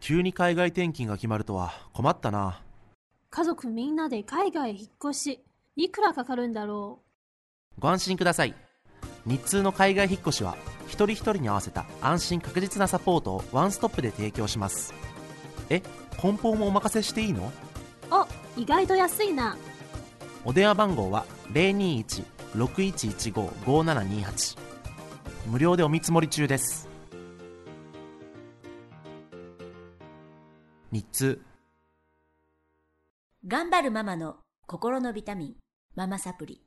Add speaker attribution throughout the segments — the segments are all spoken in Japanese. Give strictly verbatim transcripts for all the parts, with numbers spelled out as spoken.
Speaker 1: 急に海外転勤が決まるとは困ったな。
Speaker 2: 家族みんなで海外へ引っ越し、いくらかかるんだろ
Speaker 1: う。ご安心ください。日通の海外引っ越しは一人一人に合わせた安心確実なサポートをワンストップで提供します。え、梱包もお任せしていいの？
Speaker 2: お、意外と安いな。
Speaker 1: お電話番号は ゼロにいち ろくいちいちご ごななにはち、無料でお見積もり中です。日通。
Speaker 3: 頑張るママの心のビタミン、ママサプリ。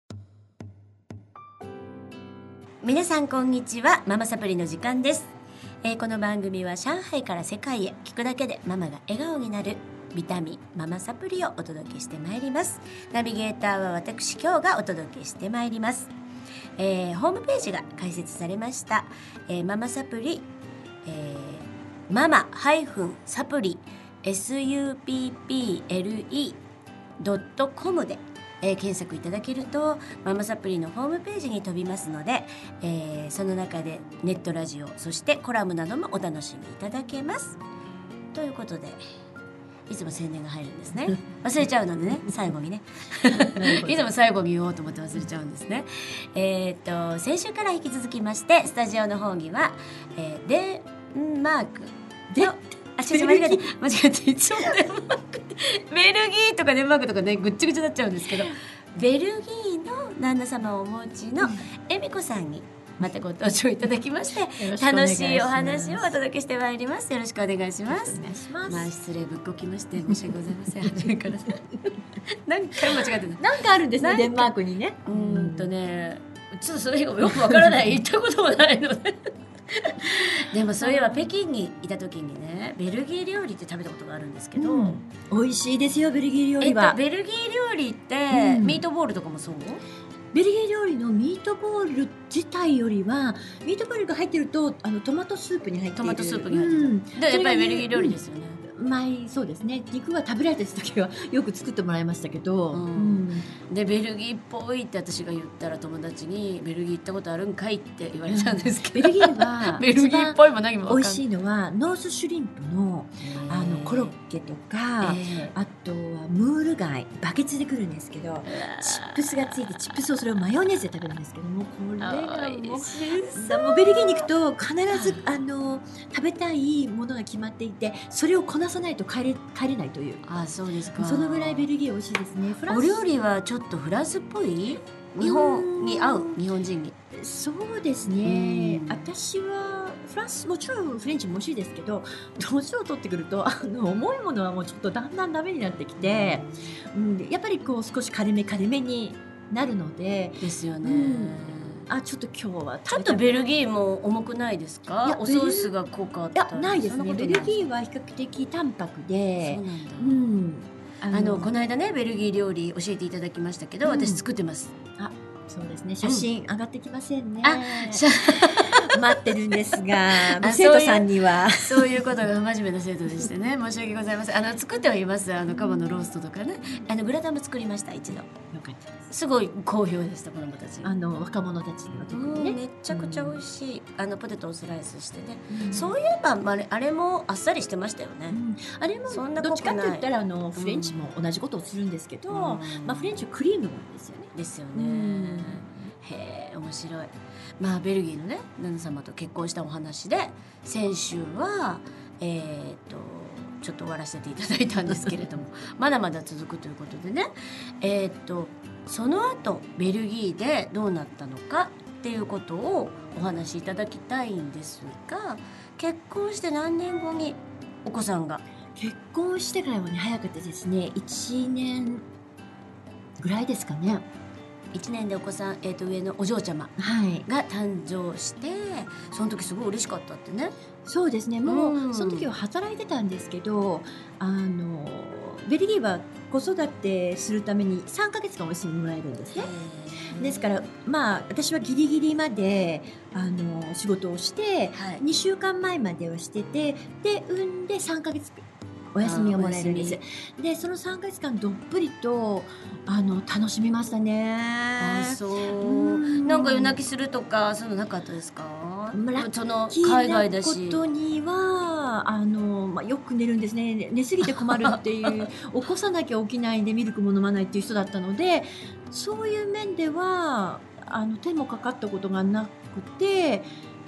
Speaker 3: 皆さんこんにちは。ママサプリの時間です。えー、この番組は上海から世界へ、聞くだけでママが笑顔になるビタミンママサプリをお届けしてまいります。ナビゲーターは私今日がお届けしてまいります。えー、ホームページが開設されました。えー、ママサプリ、えーママサプリ サプリ ドットコム で、えー、検索いただけるとママサプリのホームページに飛びますので、えー、その中でネットラジオ、そしてコラムなどもお楽しみいただけます。ということで、いつも宣伝が入るんですね。忘れちゃうのでね、最後にねいつも最後に言おうと思って忘れちゃうんですね。えー、っと先週から引き続きまして、スタジオの方には、えー、デンマークで、あ、違う間違えて間違えていつもデンマークベルギーとかデンマークとかね、ぐっちゃぐちゃになっちゃうんですけど、ベルギーの旦那様をお持ちの恵美子さんにまたご登場いただきまして、楽しいお話をお届けしてまいります。よろしくお願いします。お願いします。まあ失礼ぶっこきまして申し訳ございません。初めから何回も間違ってた。
Speaker 4: なんかあるんですね、デンマークにね。
Speaker 3: うーんとね、ちょっとそれがよくわからない。行ったこともないのででもそういえば北京にいた時にね、ベルギー料理って食べたことがあるんですけど、うん、
Speaker 4: 美味しいですよベルギー料理は。
Speaker 3: えっと、ベルギー料理って、うん、ミートボールとかもそう？
Speaker 4: ベルギー料理のミートボール自体よりは、ミートボールが入ってるとあのトマトスープに入っている。
Speaker 3: トマトスープに入ってる、うん、でやっぱりベルギー料理ですよね。
Speaker 4: うん、前そうですね、肉が食べられた時はよく作ってもらいましたけど、うんうん、
Speaker 3: でベルギーっぽいって私が言ったら、友達にベルギー行ったことあるんかいって言われたんですけど、
Speaker 4: ベルギーは
Speaker 3: ベルギーっぽいも何も分かんない。
Speaker 4: 美味しいのはノースシュリンプの、あのコロッケとか、えー、あとはムール貝、バケツで来るんですけど、チップスがついて、チップスをそれをマヨネーズで食べるんですけども、これがもうもうベルギーに行くと必ずあの食べたいものが決まっていて、それをこなさないと帰れ、帰れないという。
Speaker 3: あ、そうですか。
Speaker 4: そのぐらいベルギー美味しいですね。
Speaker 3: フランスお料理はちょっとフランスっぽい、日本に合う、日本人に。
Speaker 4: そうですね、私はフランス、もちろんフレンチも美味しいですけど、年を取ってくるとあの重いものはもうちょっとだんだんダメになってきて、うん、やっぱりこう少し軽め軽めになるので。
Speaker 3: ですよね、うん、
Speaker 4: あ、ちょっと今日は
Speaker 3: ちょっとベルギーも重くないですか？いや、おソースが濃かった。
Speaker 4: いや、ないですね。ベルギーは比較的淡白で。
Speaker 3: そうなんだ、
Speaker 4: うん、
Speaker 3: あの、あのこの間ね、ベルギー料理教えていただきましたけど、うん、私作ってます。
Speaker 4: あ、そうですね、写真上がってきませんね、
Speaker 3: うん、あ
Speaker 4: 待ってるんですが生徒さんには
Speaker 3: そういうことが不真面目な生徒でしてね、申し訳ございません。あの作ってはいます。あの鴨のローストとかね、あのグラタンも作りました、一度。よかったです。すごい好評でした、子供たち。
Speaker 4: あの若者たちには特にね、
Speaker 3: めっちゃくちゃ美味しい、うん、あのポテトをスライスしてね、うん、そういえばあれ、あれもあっさりしてましたよね、うん、
Speaker 4: あれもそんなどっちかって言ったらあのフレンチも同じことをするんですけど、うん、まあ、フレンチはクリームなんですよね。
Speaker 3: ですよね、うん、へえ、面白い。まあベルギーのね、旦那様と結婚したお話で、先週はえー、っとちょっと終わらせていただいたんですけれどもまだまだ続くということでね、えー、っとその後ベルギーでどうなったのかっていうことをお話しいただきたいんですが、結婚して何年後にお子さんが？
Speaker 4: 結婚してからはね、早かったですね。いちねんぐらいですかね。
Speaker 3: いちねんでお子さん、えー、と上のお嬢ちゃまが誕生して、はい、その時すごい嬉しかったってね。
Speaker 4: そうですね、もう、うん、その時は働いてたんですけど、あのベルギーは子育てするためにさんかげつかんお休みもらえるんですね。ですから、まあ、私はギリギリまであの仕事をして、はい、にしゅうかんまえまではしてて、で産んでさんかげつお休みをもらえるんです。でそのさんかげつかんどっぷりとあの楽しみましたね。
Speaker 3: あ、そう、うん、なんか夜泣きするとかそういうのなかったですか？その海外だし。
Speaker 4: ことにはまああのまあ、よく寝るんですね。寝すぎて困るっていう起こさなきゃ起きないでミルクも飲まないっていう人だったので、そういう面ではあの手もかかったことがなくて、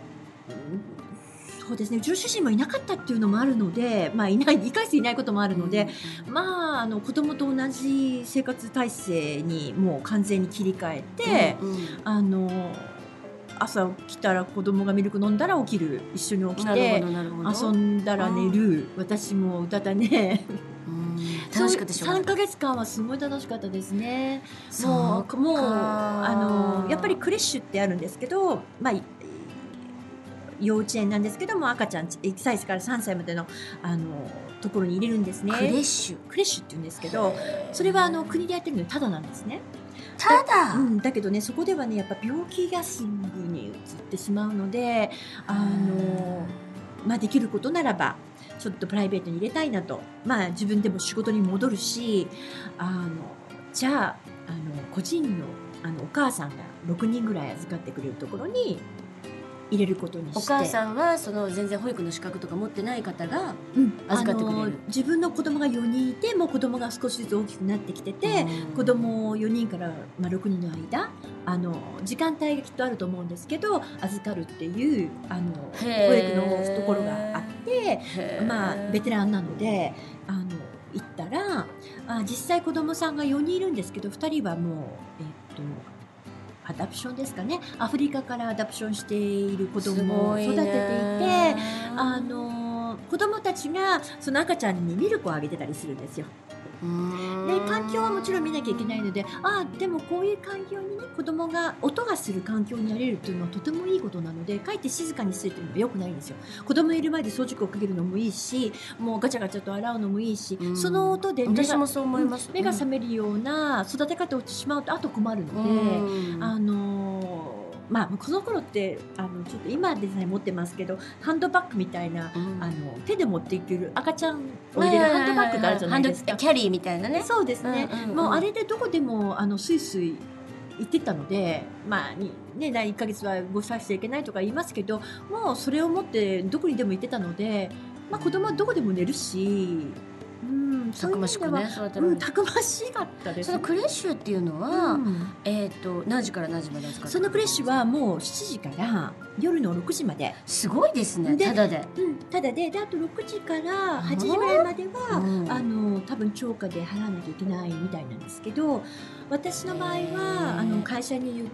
Speaker 4: そうですね、うちの主人もいなかったっていうのもあるので、まあ、いないいかいせいないこともあるので、うん、まあ、あの子供と同じ生活体制にもう完全に切り替えて、うんうん、あの朝起きたら子供がミルク飲んだら起きる、一緒に起きて遊んだら寝る、私も歌ったね。
Speaker 3: 楽しかったでしょ。
Speaker 4: さんかげつかんはすごい楽しかったですね。もうもうあのやっぱりクレッシュってあるんですけど、まあ幼稚園なんですけども、赤ちゃんいっさいからさんさいまでのあのところに入れるんですね。
Speaker 3: クレッシュ
Speaker 4: クレッシュって言うんですけど、それはあの国でやってるのでただなんですね。
Speaker 3: ただ、
Speaker 4: うん、だけどね、そこではねやっぱ病気がすぐに移ってしまうので、あのまあできることならばちょっとプライベートに入れたいなと、まあ自分でも仕事に戻るし、あのじゃあ、あの個人のあのお母さんがろくにんぐらい預かってくれるところに入れることにして、
Speaker 3: お母さんはその全然保育の資格とか持ってない方が預かってくれる、うん、
Speaker 4: 自分の子供がよにんいて、もう子供が少しずつ大きくなってきてて、うん、子供よにんから、まあ、ろくにんの間、あの時間帯がきっとあると思うんですけど、預かるっていうあの保育のところがあって、まあ、ベテランなのであの行ったら、あ実際子供さんがよにんいるんですけど、ふたりはもうえっとアダプションですかね、アフリカからアダプションしている子供を育てていて、あの子供たちがその赤ちゃんにミルクをあげてたりするんですよ。で環境はもちろん見なきゃいけないので、あでもこういう環境にね、子供が音がする環境になれるっていうのはとてもいいことなので、かえって静かにするっていうのは良くないんですよ。子供いる前で掃除機をかけるのもいいし、もうガチャガチャと洗うのもいいし、その音で目が、
Speaker 3: 私もそう思います、
Speaker 4: 目が覚めるような育て方をしてしまうとあと困るので、あのーまあ、この頃ってあのちょっと今でさえ持ってますけど、ハンドバッグみたいな、うん、あの手で持っていける赤ちゃんを入れるハンドバッグがあるじゃないですか。
Speaker 3: キャリーみたいなね。
Speaker 4: そうですね、うんうんうん、もうあれでどこでもあのスイスイ行ってたので、まあね、いっかげつはごさしちゃいけないとか言いますけど、もうそれを持ってどこにでも行ってたので、まあ、子供はどこでも寝るし、うん、
Speaker 3: たくましくね、
Speaker 4: そういううん、たくましかったです、ね。
Speaker 3: そのクレッシュっていうのは、うん、えっ、ー、と何時から何時までですか。
Speaker 4: そのクレッシュはもうしちじから夜のろくじまで。
Speaker 3: すごいですね。ただで、
Speaker 4: うん、ただで、であとろくじからはちじぐらいまでは、うん、あの多分超過で払わなきゃいけないみたいなんですけど、私の場合はあの会社に言って、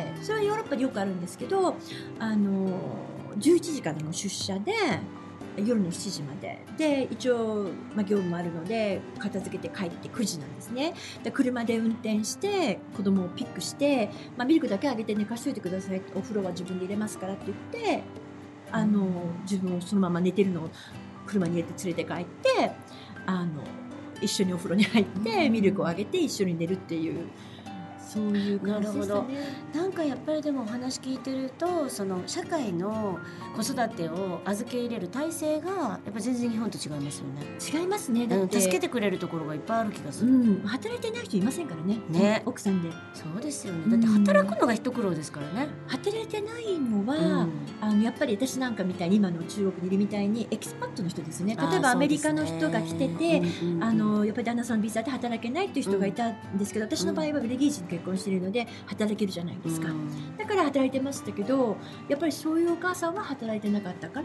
Speaker 4: それはヨーロッパでよくあるんですけど、あのじゅういちじからの出社で夜のしちじまでで、一応、まあ、業務もあるので片付けて帰ってくじなんですね。で車で運転して子供をピックして、まあ、ミルクだけあげて寝かしといてください、お風呂は自分で入れますからって言って、あの自分をそのまま寝てるのを車に入れて連れて帰って、あの一緒にお風呂に入ってミルクをあげて一緒に寝るっていう、そういう感じでしたね。
Speaker 3: なんかやっぱりでもお話聞いてると、その社会の子育てを預け入れる体制がやっぱ全然日本と違いますよね。
Speaker 4: 違いますね。だって、
Speaker 3: うん、助けてくれるところがいっぱいある気がする、
Speaker 4: うん、働いてない人いませんからね。
Speaker 3: ね、
Speaker 4: 奥さんで。
Speaker 3: そうですよね。だって働くのが一苦労ですからね。
Speaker 4: 働いてないのは、うん、あのやっぱり私なんかみたいに今の中国にいるみたいにエキスパットの人ですね。例えばアメリカの人が来てて、あのやっぱり旦那さんのビザで働けないっていう人がいたんですけど、うん、私の場合はベルギー人と結婚しているので働けるじゃないですか、うん、だから働いてましたけど、やっぱりそういうお母さんは働いてなかったから、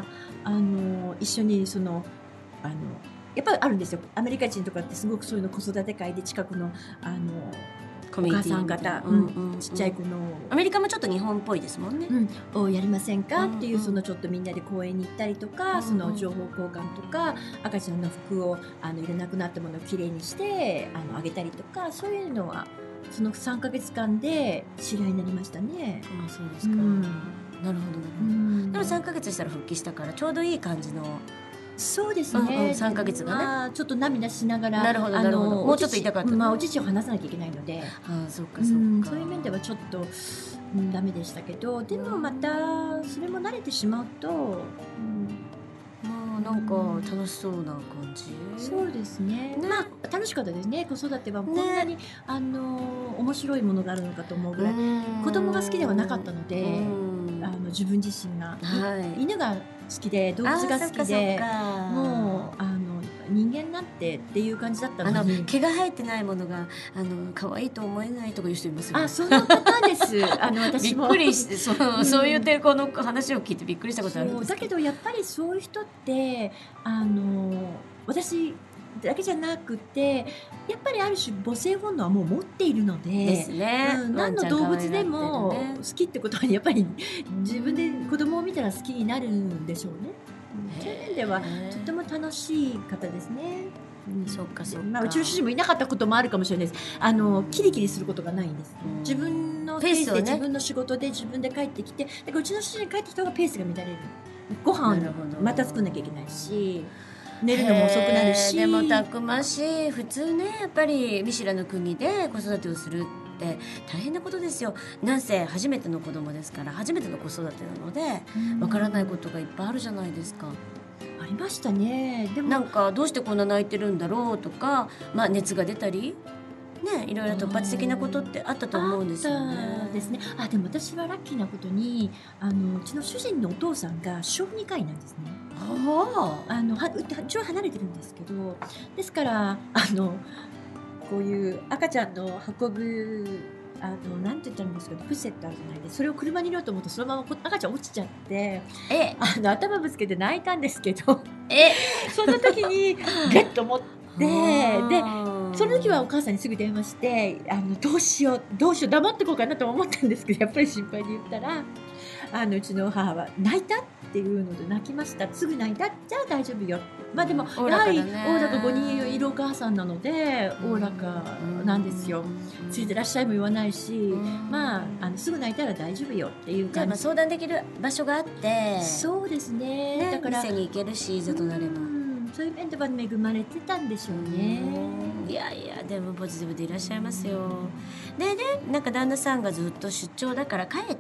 Speaker 4: あの一緒にそのあのやっぱりあるんですよ。アメリカ人とかってすごくそういうの子育て会で近くのあのお母さん方、うんうんうん、ちっちゃい子の
Speaker 3: アメリカもちょっと日本っぽいですもんね、
Speaker 4: うん、をやりませんかっていう、そのちょっとみんなで公園に行ったりとか、うん、その情報交換とか、赤ちゃんの服をあのいらなくなったものをきれいにしてあのあげたりとか、そういうのはそのさんかげつかんで知り合いになりましたね。
Speaker 3: ああ、そうですか、うん、なるほどなるほど、うん、でもさんかげつしたら復帰したからちょうどいい感じの。
Speaker 4: そうですね、
Speaker 3: うんうん、さんかげつがね、
Speaker 4: まあ、ちょっと涙しながら、
Speaker 3: なるほどなるほど、もうちょっと痛かった、
Speaker 4: まあ、お乳を離さなきゃいけないので、
Speaker 3: ああ、そっかそっか、うん、
Speaker 4: そういう面ではちょっと、うん、ダメでしたけど、でもまたそれも慣れてしまうと、うん、
Speaker 3: まあなんか楽しそうな感じ、
Speaker 4: そうですね、まあ楽しかったですね。子育てはこんなに、ね、あの面白いものがあるのかと思うぐらい、子供が好きではなかったので、あの自分自身が、はい、犬が好きで動物が好きで、
Speaker 3: あ
Speaker 4: もうあの人間なんてっていう感じだった
Speaker 3: あ
Speaker 4: のに、
Speaker 3: の毛が生えてないものがあの可愛いと思えないとかいう人いますよね。
Speaker 4: あ、そのパターンです。あの
Speaker 3: びっ
Speaker 4: 私も
Speaker 3: くりしてその、
Speaker 4: うん
Speaker 3: そういう抵抗の話を聞いてびっくりしたことあるんです
Speaker 4: そうだけどやっぱりそういう人ってあの私だけじゃなくてやっぱりある種母性本能はもう持っているので、
Speaker 3: ですね、
Speaker 4: うん、何の動物でも好きってことはやっぱり自分で子供を見たら好きになるんでしょうね。そういう面ではとても楽しい方ですね。
Speaker 3: うん、そっかそっか、
Speaker 4: まあ、うちの主人もいなかったこともあるかもしれないです。あのキリキリすることがないんです、
Speaker 3: うん、
Speaker 4: 自分のペースで、ね、自分の仕事で自分で帰ってきて、だからうちの主人帰ってきた方がペースが乱れる。ご飯また作んなきゃいけないし、寝るのも遅くなるし。
Speaker 3: でもたくましい。普通ねやっぱり見知らぬ国で子育てをするって大変なことですよ。なんせ初めての子供ですから、初めての子育てなのでわからないことがいっぱいあるじゃないですか。
Speaker 4: ありましたね。でも
Speaker 3: なんかどうしてこんな泣いてるんだろうとか、まあ、熱が出たりね、いろいろ突発的なことってあったと思うんですよね。
Speaker 4: あったですね。あ、でも私はラッキーなことにあのうちの主人のお父さんが小児科医なんですね。
Speaker 3: あ
Speaker 4: あのはうちは離れてるんですけど、ですからあのこういう赤ちゃんの運ぶあのなんて言ったらいいんですかね、プセットあるじゃないですか。それを車に入れようと思うとそのまま赤ちゃん落ちちゃって
Speaker 3: え
Speaker 4: あの頭ぶつけて泣いたんですけど
Speaker 3: え
Speaker 4: その時にゲッと持ってでその時はお母さんにすぐ電話してあのどうしようどうしよう黙ってこうかなと思ったんですけど、やっぱり心配で言ったらあのうちの母は泣いたっていうので泣きました。すぐ泣いた、じゃあ大丈夫よ。まあでも
Speaker 3: おお
Speaker 4: やはり
Speaker 3: らかだね
Speaker 4: おおらかごにんいるお母さんなのでおおらかなんですよ。ついてらっしゃいも言わないし、まああのすぐ泣いたら大丈夫よっていう
Speaker 3: じゃあまあ
Speaker 4: 感じ。
Speaker 3: 相談できる場所があって
Speaker 4: そうですね。
Speaker 3: ね、
Speaker 4: だから
Speaker 3: 店に行けるしいざとなれば、
Speaker 4: うんそういう面では恵まれてたんでしょうね。
Speaker 3: いやいやでもポジティブでいらっしゃいますよ。でね、なんか旦那さんがずっと出張だから帰って、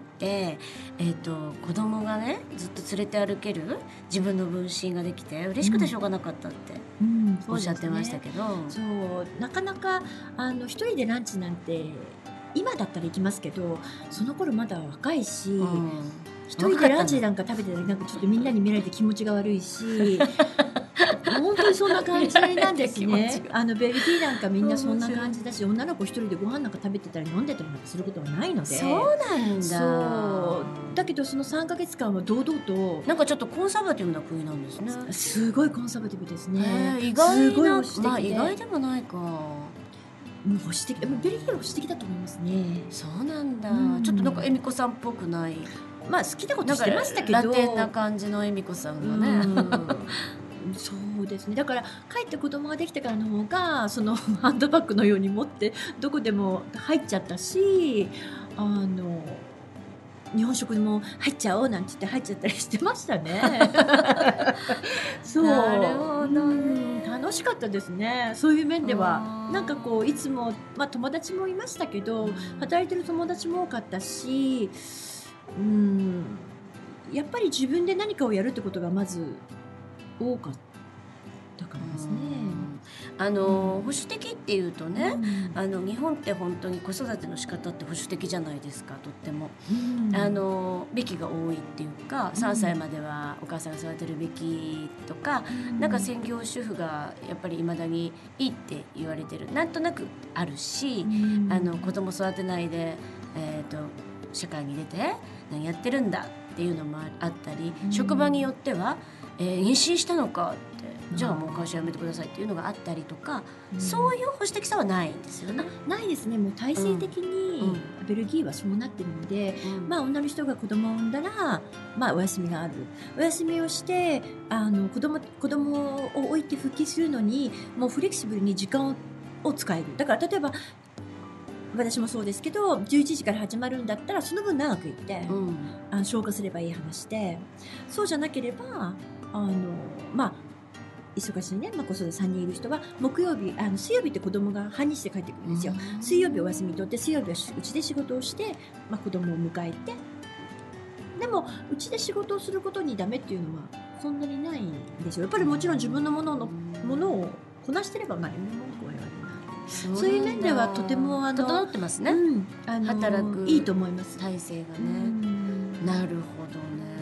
Speaker 3: えー、と子供がねずっと連れて歩ける自分の分身ができて嬉しくてしょうがなかったって
Speaker 4: うん
Speaker 3: おっしゃってましたけど、
Speaker 4: そうなかなかあの一人でランチなんて今だったら行きますけど、その頃まだ若いし、
Speaker 3: うん
Speaker 4: 一人でランチなんか食べてたらなんかちょっとみんなに見られて気持ちが悪いし本当にそんな感じなんですね。あのベルギーなんかみんなそんな感じだし、女の子一人でご飯なんか食べてたり飲んでたりなんかすることはないので。
Speaker 3: そうなんだ。
Speaker 4: そうだけどそのさんかげつかんは堂々と
Speaker 3: なんかちょっとコンサバティブな国なんですね。
Speaker 4: すごいコンサバティブですね。
Speaker 3: 意外な、
Speaker 4: すごい保守的で、
Speaker 3: まあ意外でもないか。
Speaker 4: もう保守的、ベルギーは保守的だと思いますね。
Speaker 3: そうなんだ、
Speaker 4: うん、
Speaker 3: ちょっとなんか恵美子さんっぽくない、
Speaker 4: まあ好きなことしてましたけど、
Speaker 3: ラテンな感じの恵美子さんがね、
Speaker 4: そうですね。だから帰って子供ができてからの方がそのハンドバッグのように持ってどこでも入っちゃったし、あの日本食にも入っちゃおうなんて言って入っちゃったりしてましたね。そう
Speaker 3: なるほどね、
Speaker 4: 楽しかったですね。そういう面ではなんかこういつも、まあ、友達もいましたけど、働いてる友達も多かったし、うんやっぱり自分で何かをやるってことがまず多かったからですね。
Speaker 3: あの保守的っていうとね、うん、あの日本って本当に子育ての仕方って保守的じゃないですか、とっても、うん、あのべきが多いっていうか、さんさいまではお母さんが育てるべきとか、うん、なんか専業主婦がやっぱりいまだにいいって言われてる、なんとなくあるし、うん、あの子供育てないで、えーと、社会に出て何やってるんだっていうのもあったり、うん、職場によっては、えー、妊娠したのかってじゃあもう会社辞めてくださいっていうのがあったりとか、うん、そういう保守的さはないんですよね。
Speaker 4: ないですね。もう体制的にベルギーはそうなってるので、うん、まあ女の人が子供を産んだら、まあお休みがある。お休みをしてあの子供子供を置いて復帰するのにもうフレキシブルに時間を使える。だから例えば私もそうですけどじゅういちじから始まるんだったらその分長くいって、うん、あの消化すればいい話で、そうじゃなければあのまあ忙しいね、まあ、子育てさんにんいる人は木曜日あの水曜日って子供が半日で帰ってくるんですよ。水曜日お休み取って水曜日はうちで仕事をして、まあ、子供を迎えて、でもうちで仕事をすることにダメっていうのはそんなにないんですよ。やっぱりもちろん自分のもののものをこなしてれば何も文句は言われない。そう, そういう面ではとてもあの
Speaker 3: 整ってますね、
Speaker 4: うん、あの
Speaker 3: 働く
Speaker 4: いいと思います。
Speaker 3: 体制がね、なるほどね。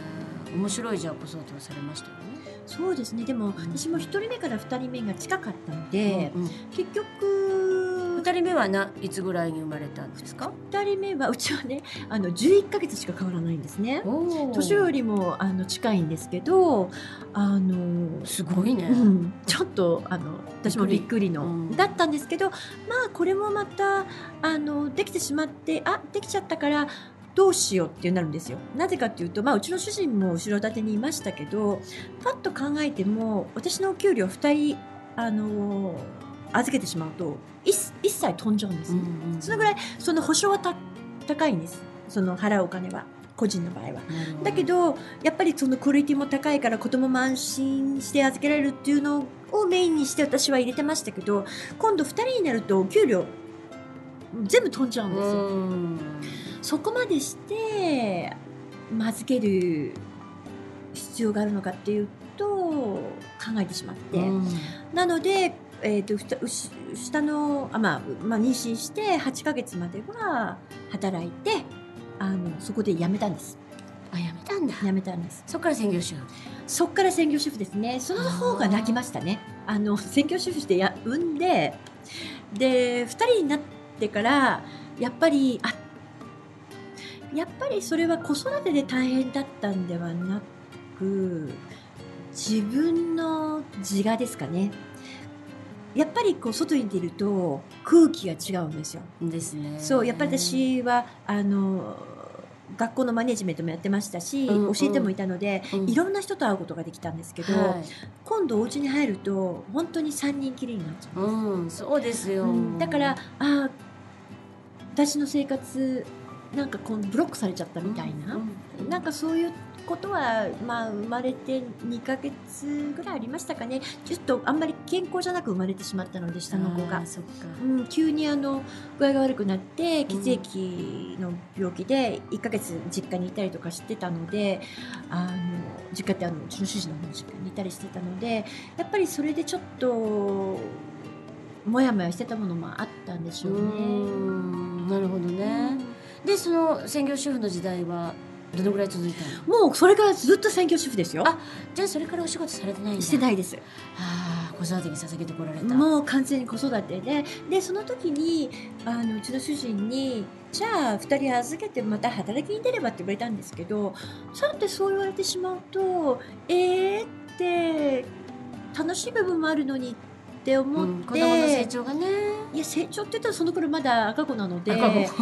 Speaker 3: 面白いじゃあ子育てをされましたよね。
Speaker 4: そうですね。でも、私もひとりめからふたりめが近かったので、
Speaker 3: うんうん、
Speaker 4: 結局
Speaker 3: ふたりめはないつぐらいに生まれたんですか？
Speaker 4: ふたりめはうちはね、あのじゅういっかげつしか変わらないんですね。年よりもあの近いんですけど、あの
Speaker 3: すごいね、
Speaker 4: うん、ちょっとあの私もびっくりの、うん、だったんですけど、まあこれもまたあのできてしまって、あできちゃったからどうしようってなるんですよ。なぜかっていうと、まあ、うちの主人も後ろ盾にいましたけど、パッと考えても私のお給料ふたりあの預けてしまうと一切飛んじゃうんですよ、うんうん、そのぐらいその保証はた高いんです。その払うお金は個人の場合は。だけどやっぱりそのクオリティも高いから子供も安心して預けられるっていうのをメインにして私は入れてましたけど、今度ふたりになるとお給料全部飛んじゃうんですよ。うんそこまでして預ける必要があるのかっていうと考えてしまって、うん、なので、えー、と下のあ、まあまあ、妊娠してはちかげつまでは働いてあのそこで辞めたんです。
Speaker 3: あ、辞めたんだ。
Speaker 4: 辞めたんです。
Speaker 3: そこから専業主婦。
Speaker 4: そこから専業主婦ですね。その方が泣きましたね。あの専業主婦してや産んででふたりになってからやっぱりあやっぱりそれは子育てで大変だったんではなく自分の自我ですかね。やっぱりこう外に出ると空気が違うんですよ。
Speaker 3: ですね。
Speaker 4: そうやっぱり私はあの学校のマネジメントもやってましたし、うんうん、教えてもいたので、うん、いろんな人と会うことができたんですけど、はい、今度お家に入ると本当にさんにんきりになっちゃうんです、
Speaker 3: うん、そうですよ、うん、
Speaker 4: だからあ私の生活なんかこうブロックされちゃったみたいな、うんうん、なんかそういうことは、まあ、生まれてにかげつぐらいありましたかね。ちょっとあんまり健康じゃなく生まれてしまったので下の子が
Speaker 3: そっか、
Speaker 4: うん、急にあの具合が悪くなって血液の病気でいっかげつ実家にいたりとかしてたので、あの実家ってあのうちの主人の方の実家にいたりしてたので、やっぱりそれでちょっともやもやしてたものもあったんでしょうね。うー
Speaker 3: ん、なるほどね、うん、でその専業主婦の時代はどのぐらい続いた
Speaker 4: の？もうそれからずっと専業主婦ですよ。
Speaker 3: あ、じゃあそれからお仕事されてないんだ？
Speaker 4: してないです。
Speaker 3: はあ、子育てに捧げてこられた。
Speaker 4: もう完全に子育てで、でその時にあのうちの主人にじゃあふたり預けてまた働きに出ればって言われたんですけど、さてそう言われてしまうとえーって楽しい部分もあるのにって思って、うん、
Speaker 3: 子供の成長がね、
Speaker 4: いや成長って言ったらその頃まだ赤子なので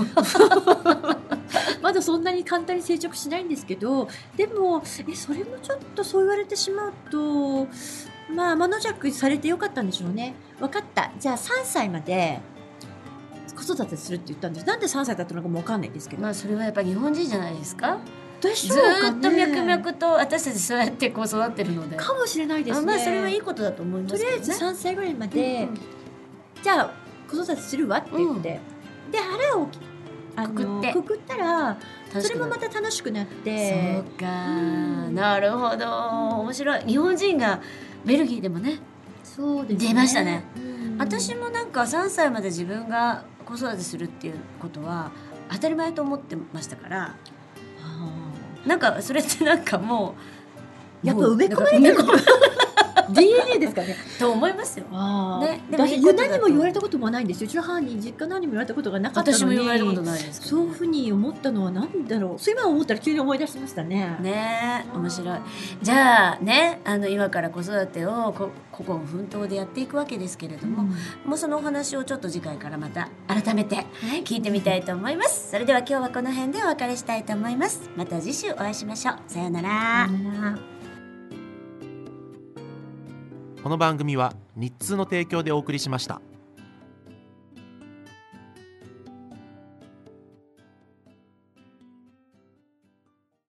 Speaker 4: まだそんなに簡単に成長しないんですけど、でもえそれもちょっとそう言われてしまうとまあ天の弱されてよかったんでしょうね。分かった、じゃあさんさいまで子育てするって言ったんです。なんでさんさいだったのかも分かんないんですけど、
Speaker 3: まあそれはやっぱり日本人じゃないですか。
Speaker 4: でしょうかね、
Speaker 3: ずっと脈々と私たちそうやってこう育ってるので
Speaker 4: かもしれないですね。
Speaker 3: あ、まあそれはいいことだと思いますけどね。
Speaker 4: とりあえずさんさいぐらいまで、うんうん、じゃあ子育てするわって言って、うん、で腹をあのくくってくくったらそれもまた楽しくなって。
Speaker 3: そうか、うん、なるほど、面白い。日本人がベルギーでもね、
Speaker 4: そうですね、
Speaker 3: 出ましたね、
Speaker 4: うん、
Speaker 3: 私もなんかさんさいまで自分が子育てするっていうことは当たり前と思ってましたから、なんかそれってなんかも
Speaker 4: うやっぱ埋め込まれてるディーエヌエー ですかね
Speaker 3: と思いますよ。
Speaker 4: あ、
Speaker 3: ね、
Speaker 4: でもいい何も言われたこともないんですよ。うちの母に実家何も言われたことがなかったのに、
Speaker 3: 私も言われたことないですけど、ね、
Speaker 4: そういうふうに思ったのは何だろう。そう今思ったら急に思い出しましたね。
Speaker 3: ね、面白い。じゃあね、あの今から子育てをこここ奮闘でやっていくわけですけれども、うん、もうそのお話をちょっと次回からまた改めて聞いてみたいと思います。それでは今日はこの辺でお別れしたいと思います。また次週お会いしましょう。さようなら。
Speaker 4: さようなら。
Speaker 1: この番組は日通の提供でお送りしました。